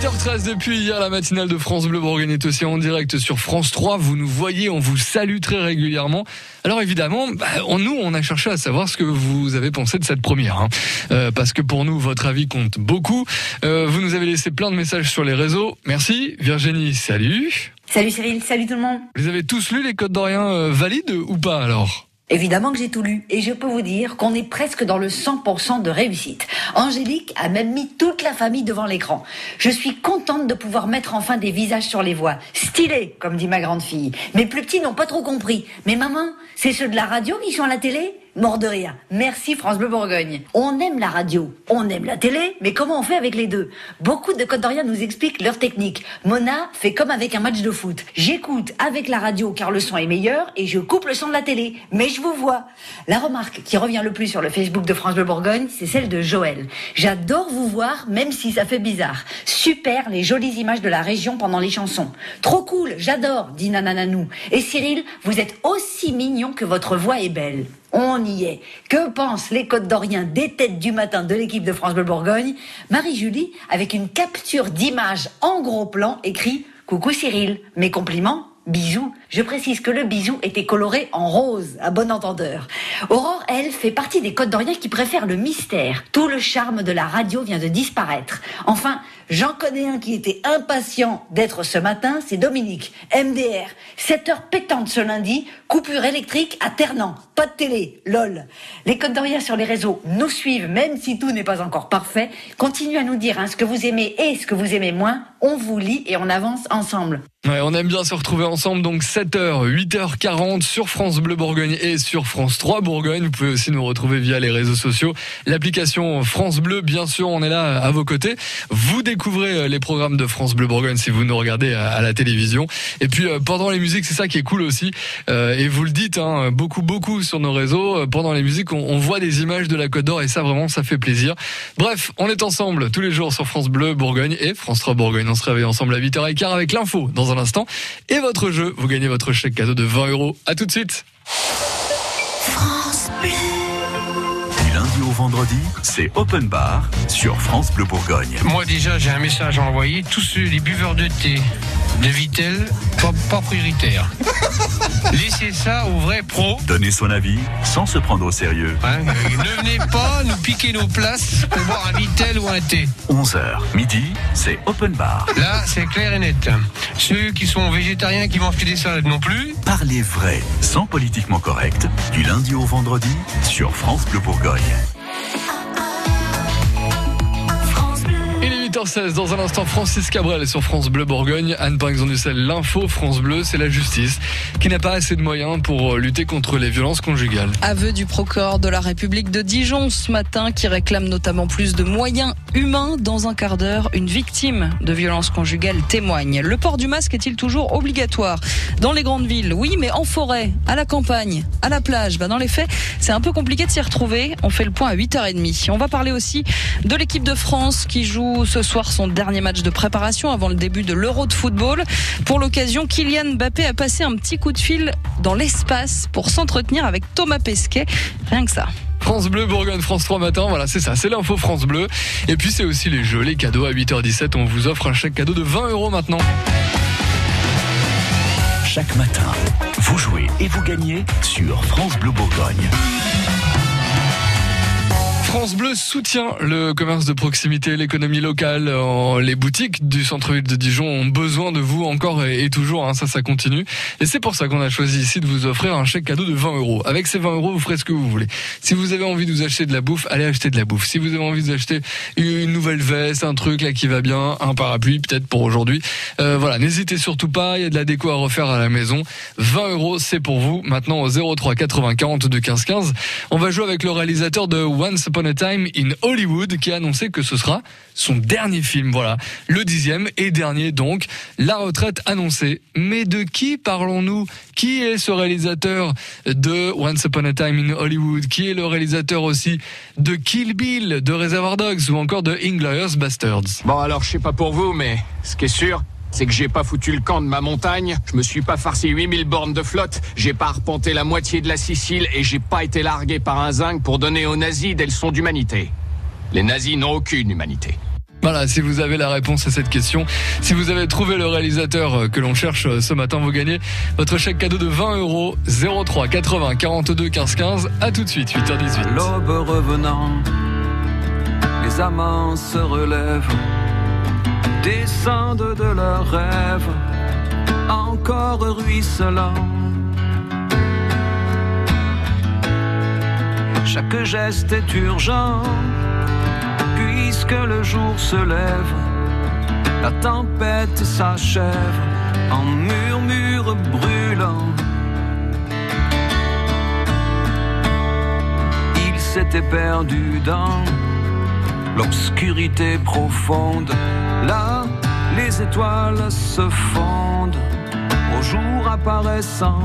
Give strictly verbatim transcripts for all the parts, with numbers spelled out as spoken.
huit heures treize depuis hier, la matinale de France Bleu Bourgogne est aussi en direct sur France trois. Vous nous voyez, on vous salue très régulièrement. Alors évidemment, bah, on, nous, on a cherché à savoir ce que vous avez pensé de cette première. Hein. Euh, parce que pour nous, votre avis compte beaucoup. Euh, vous nous avez laissé plein de messages sur les réseaux. Merci. Virginie, salut. Salut Cyril, salut tout le monde. Vous avez tous lu les Côtes d'Orient euh, valides ou pas alors ? Évidemment que j'ai tout lu, et je peux vous dire qu'on est presque dans le cent pour cent de réussite. Angélique a même mis toute la famille devant l'écran. Je suis contente de pouvoir mettre enfin des visages sur les voix. Stylé, comme dit ma grande fille. Mes plus petits n'ont pas trop compris. Mais maman, c'est ceux de la radio qui sont à la télé ? Mort de rire. Merci France Bleu Bourgogne. On aime la radio, on aime la télé, mais comment on fait avec les deux ? Beaucoup de Côtes d'Orient nous expliquent leur technique. Mona fait comme avec un match de foot. J'écoute avec la radio car le son est meilleur et je coupe le son de la télé. Mais je vous vois. La remarque qui revient le plus sur le Facebook de France Bleu Bourgogne, c'est celle de Joël. J'adore vous voir, même si ça fait bizarre. Super les jolies images de la région pendant les chansons. Trop cool, j'adore, dit Nanananou. Et Cyril, vous êtes aussi mignon que votre voix est belle. On y est. Que pensent les Côtes d'Orient des têtes du matin de l'équipe de France Bleu Bourgogne ? Marie-Julie, avec une capture d'image en gros plan, écrit « Coucou Cyril, mes compliments ». Bisous. Je précise que le bisou était coloré en rose, à bon entendeur. Aurore, elle, fait partie des Côtes d'Orient qui préfèrent le mystère. Tout le charme de la radio vient de disparaître. Enfin, j'en connais un qui était impatient d'être ce matin, c'est Dominique. M D R. sept heures pétantes ce lundi, coupure électrique à Ternant. Pas de télé, lol. Les Côtes d'Orient sur les réseaux nous suivent, même si tout n'est pas encore parfait. Continuez à nous dire hein, ce que vous aimez et ce que vous aimez moins. On vous lit et on avance ensemble. Ouais, on aime bien se retrouver ensemble, donc sept heures, huit heures quarante sur France Bleu Bourgogne et sur France trois Bourgogne. Vous pouvez aussi nous retrouver via les réseaux sociaux. L'application France Bleu, bien sûr, on est là à vos côtés. Vous découvrez les programmes de France Bleu Bourgogne si vous nous regardez à la télévision. Et puis, pendant les musiques, c'est ça qui est cool aussi. Euh, et vous le dites, hein, beaucoup, beaucoup sur nos réseaux. Pendant les musiques, on, on voit des images de la Côte d'Or et ça, vraiment, ça fait plaisir. Bref, on est ensemble tous les jours sur France Bleu Bourgogne et France trois Bourgogne. On se réveille ensemble à huit heures quinze avec l'info dans un instant. Et votre jeu, vous gagnez votre chèque cadeau de vingt euros. À tout de suite. France Bleu. Du lundi au vendredi, c'est Open Bar sur France Bleu Bourgogne. Moi déjà, j'ai un message à envoyer. Tous ceux, les buveurs de thé, de Vitel, pas, pas prioritaire. Laissez ça aux vrais pros. Donnez son avis sans se prendre au sérieux. Hein, ne venez pas nous piquer nos places pour boire un Vitel ou un thé. onze heures, midi, c'est Open Bar. Là, c'est clair et net. Ceux qui sont végétariens, qui mangent que des salades non plus. Parlez vrai, sans politiquement correct, du lundi au vendredi sur France Bleu Bourgogne. huit heures seize, dans un instant, Francis Cabrel sur France Bleu Bourgogne. Anne Parixon-Dussel, l'info France Bleu, c'est la justice qui n'a pas assez de moyens pour lutter contre les violences conjugales. Aveu du procureur de la République de Dijon ce matin qui réclame notamment plus de moyens humains. Dans un quart d'heure, une victime de violences conjugales témoigne. Le port du masque est-il toujours obligatoire dans les grandes villes ? Oui, mais en forêt, à la campagne, à la plage. Bah dans les faits, c'est un peu compliqué de s'y retrouver. On fait le point à huit heures trente. On va parler aussi de l'équipe de France qui joue ce soir son dernier match de préparation avant le début de l'Euro de football. Pour l'occasion, Kylian Mbappé a passé un petit coup de fil dans l'espace pour s'entretenir avec Thomas Pesquet. Rien que ça. France Bleu, Bourgogne, France trois matin, voilà, c'est ça, c'est l'info France Bleu. Et puis c'est aussi les jeux, les cadeaux à huit heures dix-sept. On vous offre un chèque cadeau de vingt euros maintenant. Chaque matin, vous jouez et vous gagnez sur France Bleu Bourgogne. France Bleu soutient le commerce de proximité, l'économie locale. Les boutiques du centre-ville de Dijon ont besoin de vous encore et toujours, hein, ça, ça continue. Et c'est pour ça qu'on a choisi ici de vous offrir un chèque cadeau de vingt euros. Avec ces vingt euros, vous ferez ce que vous voulez. Si vous avez envie de vous acheter de la bouffe, allez acheter de la bouffe. Si vous avez envie de vous acheter une nouvelle veste, un truc là qui va bien, un parapluie peut-être pour aujourd'hui, euh, voilà, n'hésitez surtout pas, il y a de la déco à refaire à la maison. vingt euros, c'est pour vous. Maintenant au zéro trois quatre-vingts quarante-deux quinze quinze. On va jouer avec le réalisateur de Once Upon a Time in Hollywood qui a annoncé que ce sera son dernier film, voilà, le dixième et dernier donc, la retraite annoncée. Mais de qui parlons-nous ? Qui est ce réalisateur de Once Upon a Time in Hollywood ? Qui est le réalisateur aussi de Kill Bill, de Reservoir Dogs ou encore de Inglourious Basterds ? Bon alors je sais pas pour vous, mais ce qui est sûr, c'est que j'ai pas foutu le camp de ma montagne, je me suis pas farci huit mille bornes de flotte, j'ai pas arpenté la moitié de la Sicile et j'ai pas été largué par un zinc pour donner aux nazis des leçons d'humanité. Les nazis n'ont aucune humanité. Voilà, si vous avez la réponse à cette question, si vous avez trouvé le réalisateur que l'on cherche ce matin, vous gagnez votre chèque cadeau de vingt euros. zéro trois quatre-vingts quarante-deux quinze quinze. À tout de suite, huit heures dix-huit. À l'aube revenant, les amants se relèvent, descendent de leurs rêves, encore ruisselants. Chaque geste est urgent, puisque le jour se lève, la tempête s'achève en murmure brûlant. Il s'était perdu dans l'obscurité profonde. Là, les étoiles se fondent au jour apparaissant.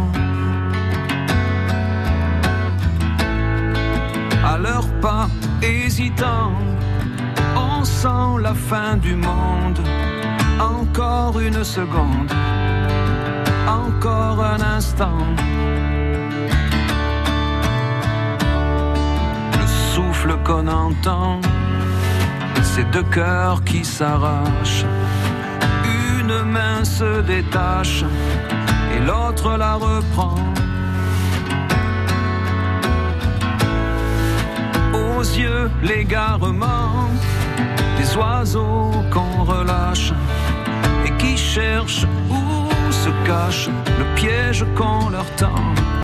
À leurs pas hésitants, on sent la fin du monde. Encore une seconde, encore un instant. Le souffle qu'on entend, c'est deux cœurs qui s'arrachent. Une main se détache et l'autre la reprend. Aux yeux, l'égarement des oiseaux qu'on relâche et qui cherchent où se cache le piège qu'on leur tend.